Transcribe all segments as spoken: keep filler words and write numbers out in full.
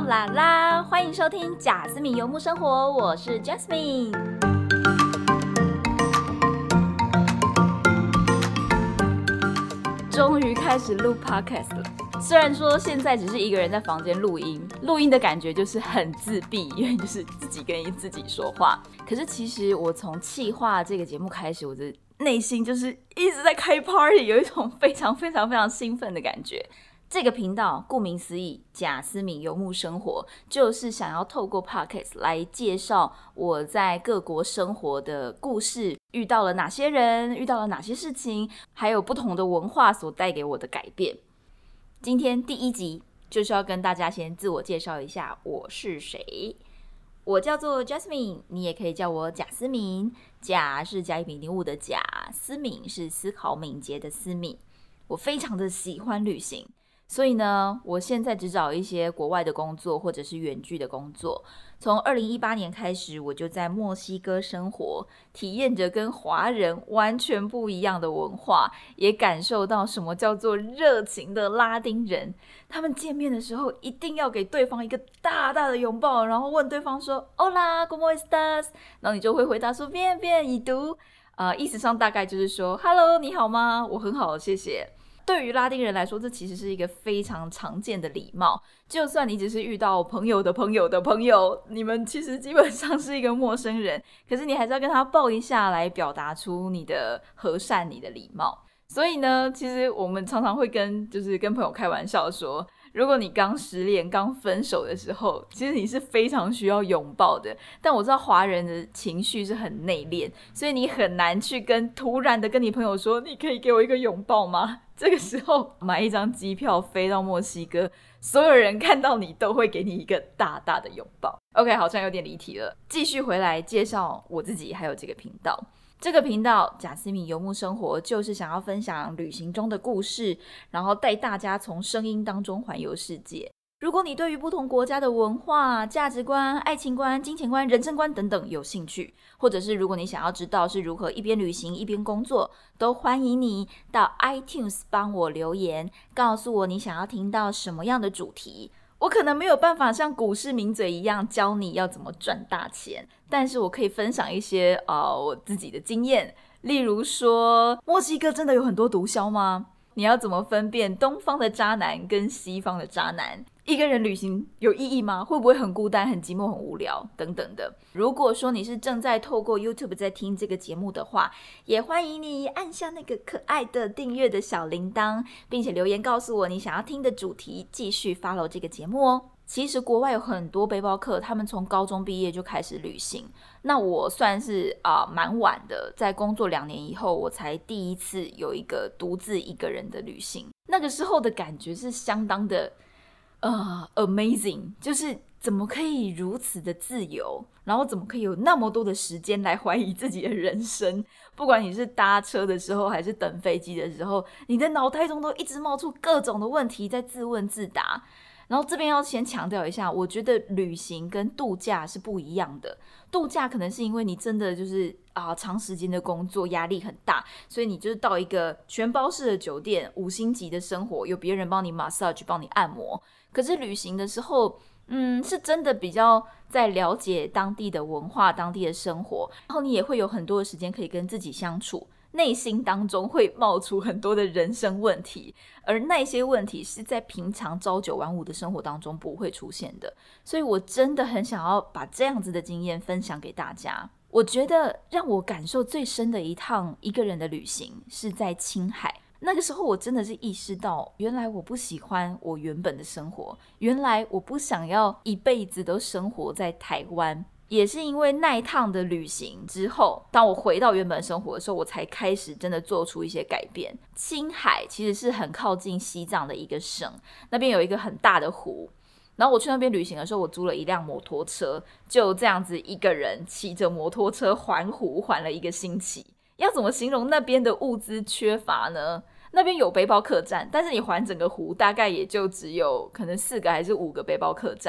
啦啦，欢迎收听贾斯敏游牧生活，我是 Jasmine。终于开始录 podcast 了。虽然说现在只是一个人在房间录音，录音的感觉就是很自闭，因为就是自己跟自己说话。可是其实我从企划这个节目开始，我的内心就是一直在开 party， 有一种非常非常非常兴奋的感觉。这个频道顾名思义，贾斯敏游牧生活，就是想要透过 podcast 来介绍我在各国生活的故事，遇到了哪些人，遇到了哪些事情，还有不同的文化所带给我的改变。今天第一集就是要跟大家先自我介绍一下我是谁。我叫做 Jasmine， 你也可以叫我贾斯敏。贾是甲乙丙丁戊的甲，思敏是思考敏捷的思敏。我非常的喜欢旅行，所以呢，我现在只找一些国外的工作或者是远距的工作。从二零一八年开始，我就在墨西哥生活，体验着跟华人完全不一样的文化，也感受到什么叫做热情的拉丁人。他们见面的时候一定要给对方一个大大的拥抱，然后问对方说 Hola, ¿cómo estás? 然后你就会回答说 Bien, bien, ¿y tú? 呃，意思上大概就是说 Hello, 你好吗？我很好，谢谢。对于拉丁人来说，这其实是一个非常常见的礼貌。就算你只是遇到朋友的朋友的朋友，你们其实基本上是一个陌生人，可是你还是要跟他抱一下，来表达出你的和善、你的礼貌。所以呢，其实我们常常会跟就是跟朋友开玩笑说，如果你刚失恋、刚分手的时候，其实你是非常需要拥抱的。但我知道华人的情绪是很内敛，所以你很难去跟突然的跟你朋友说，你可以给我一个拥抱吗？这个时候买一张机票飞到墨西哥，所有人看到你都会给你一个大大的拥抱。 OK， 好像有点离题了，继续回来介绍我自己还有这个频道。这个频道贾斯敏游牧生活就是想要分享旅行中的故事，然后带大家从声音当中环游世界。如果你对于不同国家的文化、价值观、爱情观、金钱观、人生观等等有兴趣，或者是如果你想要知道是如何一边旅行一边工作，都欢迎你到 iTunes 帮我留言，告诉我你想要听到什么样的主题。我可能没有办法像股市名嘴一样教你要怎么赚大钱，但是我可以分享一些、呃、我自己的经验。例如说，墨西哥真的有很多毒枭吗？你要怎么分辨东方的渣男跟西方的渣男？一个人旅行有意义吗？会不会很孤单、很寂寞、很无聊等等的。如果说你是正在透过 YouTube 在听这个节目的话，也欢迎你按下那个可爱的订阅的小铃铛，并且留言告诉我你想要听的主题，继续 follow 这个节目哦。其实国外有很多背包客，他们从高中毕业就开始旅行。那我算是啊蛮晚的，在工作两年以后，我才第一次有一个独自一个人的旅行。那个时候的感觉是相当的呃 amazing， 就是怎么可以如此的自由，然后怎么可以有那么多的时间来怀疑自己的人生。不管你是搭车的时候还是等飞机的时候，你的脑袋中都一直冒出各种的问题在自问自答。然后这边要先强调一下，我觉得旅行跟度假是不一样的。度假可能是因为你真的就是啊长时间的工作压力很大，所以你就是到一个全包式的酒店，五星级的生活，有别人帮你 massage 帮你按摩。可是旅行的时候嗯，是真的比较在了解当地的文化、当地的生活，然后你也会有很多的时间可以跟自己相处，内心当中会冒出很多的人生问题，而那些问题是在平常朝九晚五的生活当中不会出现的。所以我真的很想要把这样子的经验分享给大家。我觉得让我感受最深的一趟一个人的旅行是在青海。那个时候我真的是意识到，原来我不喜欢我原本的生活，原来我不想要一辈子都生活在台湾。也是因为那一趟的旅行之后，当我回到原本生活的时候，我才开始真的做出一些改变。青海其实是很靠近西藏的一个省，那边有一个很大的湖，然后我去那边旅行的时候，我租了一辆摩托车，就这样子一个人骑着摩托车环湖环了一个星期。要怎么形容那边的物资缺乏呢？那边有背包客栈，但是你环整个湖大概也就只有可能四个还是五个背包客栈。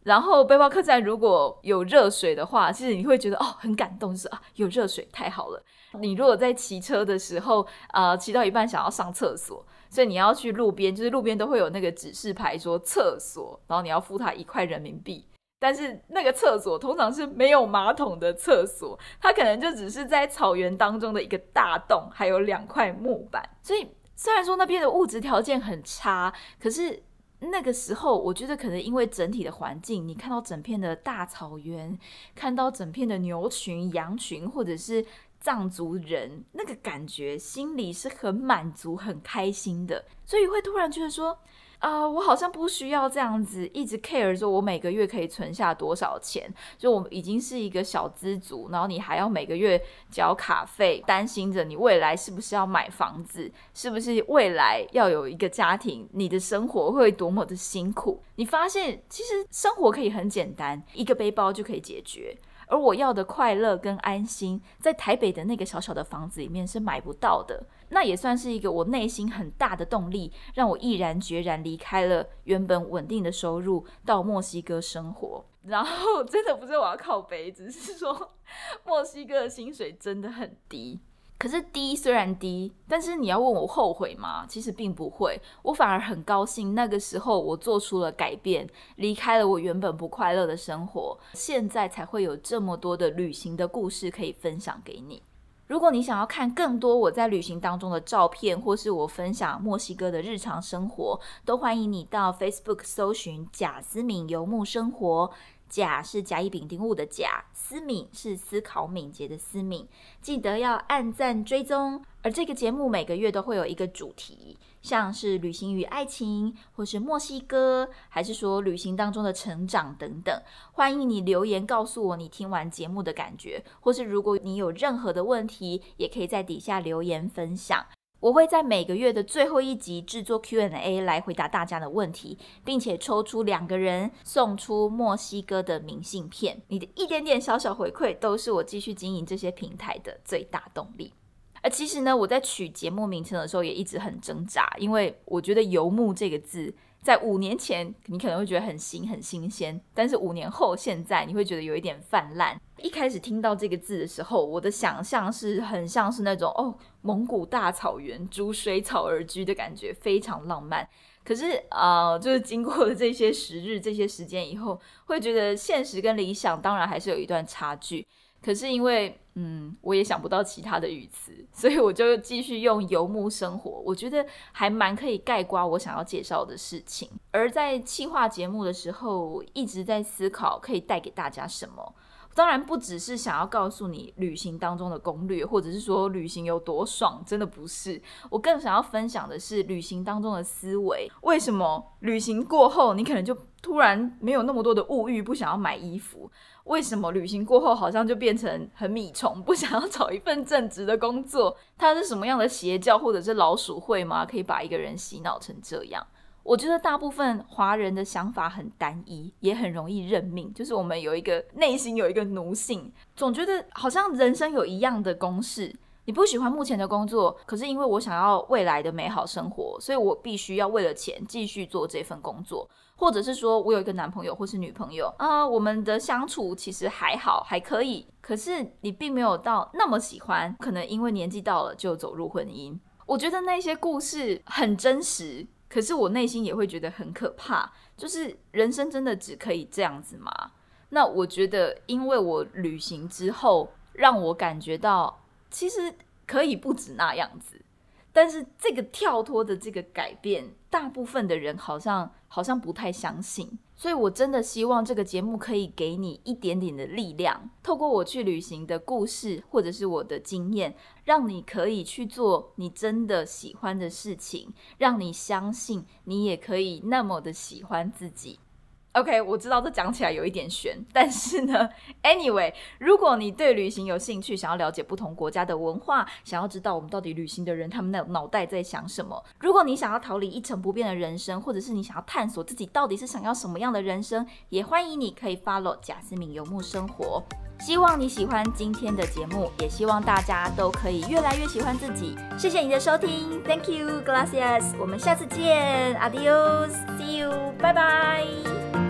然后背包客栈如果有热水的话，其实你会觉得哦很感动，就是啊有热水太好了。你如果在骑车的时候呃骑到一半想要上厕所，所以你要去路边，就是路边都会有那个指示牌说厕所，然后你要付他一块人民币，但是那个厕所通常是没有马桶的厕所，它可能就只是在草原当中的一个大洞，还有两块木板。所以虽然说那边的物质条件很差，可是那个时候我觉得可能因为整体的环境，你看到整片的大草原，看到整片的牛群羊群或者是藏族人，那个感觉心里是很满足很开心的，所以会突然觉得说啊、呃，我好像不需要这样子一直 care 说我每个月可以存下多少钱，就我已经是一个小资族，然后你还要每个月缴卡费，担心着你未来是不是要买房子，是不是未来要有一个家庭，你的生活会多么的辛苦。你发现其实生活可以很简单，一个背包就可以解决，而我要的快乐跟安心在台北的那个小小的房子里面是买不到的。那也算是一个我内心很大的动力，让我毅然决然离开了原本稳定的收入，到墨西哥生活。然后真的不是我要靠北，只是说墨西哥的薪水真的很低。可是低虽然低，但是你要问我后悔吗？其实并不会，我反而很高兴那个时候我做出了改变，离开了我原本不快乐的生活，现在才会有这么多的旅行的故事可以分享给你。如果你想要看更多我在旅行当中的照片，或是我分享墨西哥的日常生活，都欢迎你到 Facebook 搜寻贾思敏游牧生活。甲是甲乙丙丁戊的甲，思敏是思考敏捷的思敏，记得要按赞追踪。而这个节目每个月都会有一个主题，像是旅行与爱情，或是墨西哥，还是说旅行当中的成长等等。欢迎你留言告诉我你听完节目的感觉，或是如果你有任何的问题，也可以在底下留言分享。我会在每个月的最后一集制作 Q and A 来回答大家的问题，并且抽出两个人送出墨西哥的明信片。你的一点点小小回馈都是我继续经营这些平台的最大动力。而其实呢，我在取节目名称的时候也一直很挣扎，因为我觉得游牧这个字在五年前你可能会觉得很新很新鲜，但是五年后现在你会觉得有一点泛滥。一开始听到这个字的时候，我的想象是很像是那种哦，蒙古大草原逐水草而居的感觉，非常浪漫。可是呃，就是经过了这些时日这些时间以后，会觉得现实跟理想当然还是有一段差距。可是因为嗯，我也想不到其他的语词，所以我就继续用游牧生活，我觉得还蛮可以概括我想要介绍的事情。而在企划节目的时候，一直在思考可以带给大家什么。当然不只是想要告诉你旅行当中的攻略，或者是说旅行有多爽，真的不是。我更想要分享的是旅行当中的思维。为什么旅行过后你可能就突然没有那么多的物欲，不想要买衣服？为什么旅行过后好像就变成很米虫，不想要找一份正职的工作？它是什么样的邪教或者是老鼠会吗？可以把一个人洗脑成这样？我觉得大部分华人的想法很单一，也很容易认命，就是我们有一个内心有一个奴性，总觉得好像人生有一样的公式。你不喜欢目前的工作，可是因为我想要未来的美好生活，所以我必须要为了钱继续做这份工作。或者是说我有一个男朋友或是女朋友啊、呃，我们的相处其实还好还可以，可是你并没有到那么喜欢，可能因为年纪到了就走入婚姻。我觉得那些故事很真实，可是我内心也会觉得很可怕，就是人生真的只可以这样子吗？那我觉得因为我旅行之后让我感觉到其实可以不止那样子，但是这个跳脱的这个改变，大部分的人好像好像不太相信。所以我真的希望这个节目可以给你一点点的力量，透过我去旅行的故事或者是我的经验，让你可以去做你真的喜欢的事情，让你相信你也可以那么的喜欢自己。OK， 我知道这讲起来有一点悬，但是呢 anyway， 如果你对旅行有兴趣，想要了解不同国家的文化，想要知道我们到底旅行的人他们的脑袋在想什么，如果你想要逃离一成不变的人生，或者是你想要探索自己到底是想要什么样的人生，也欢迎你可以 follow 贾思敏游牧生活。希望你喜欢今天的节目，也希望大家都可以越来越喜欢自己。谢谢你的收听 Thank you, gracias， 我们下次见 Adios, see you, 拜拜。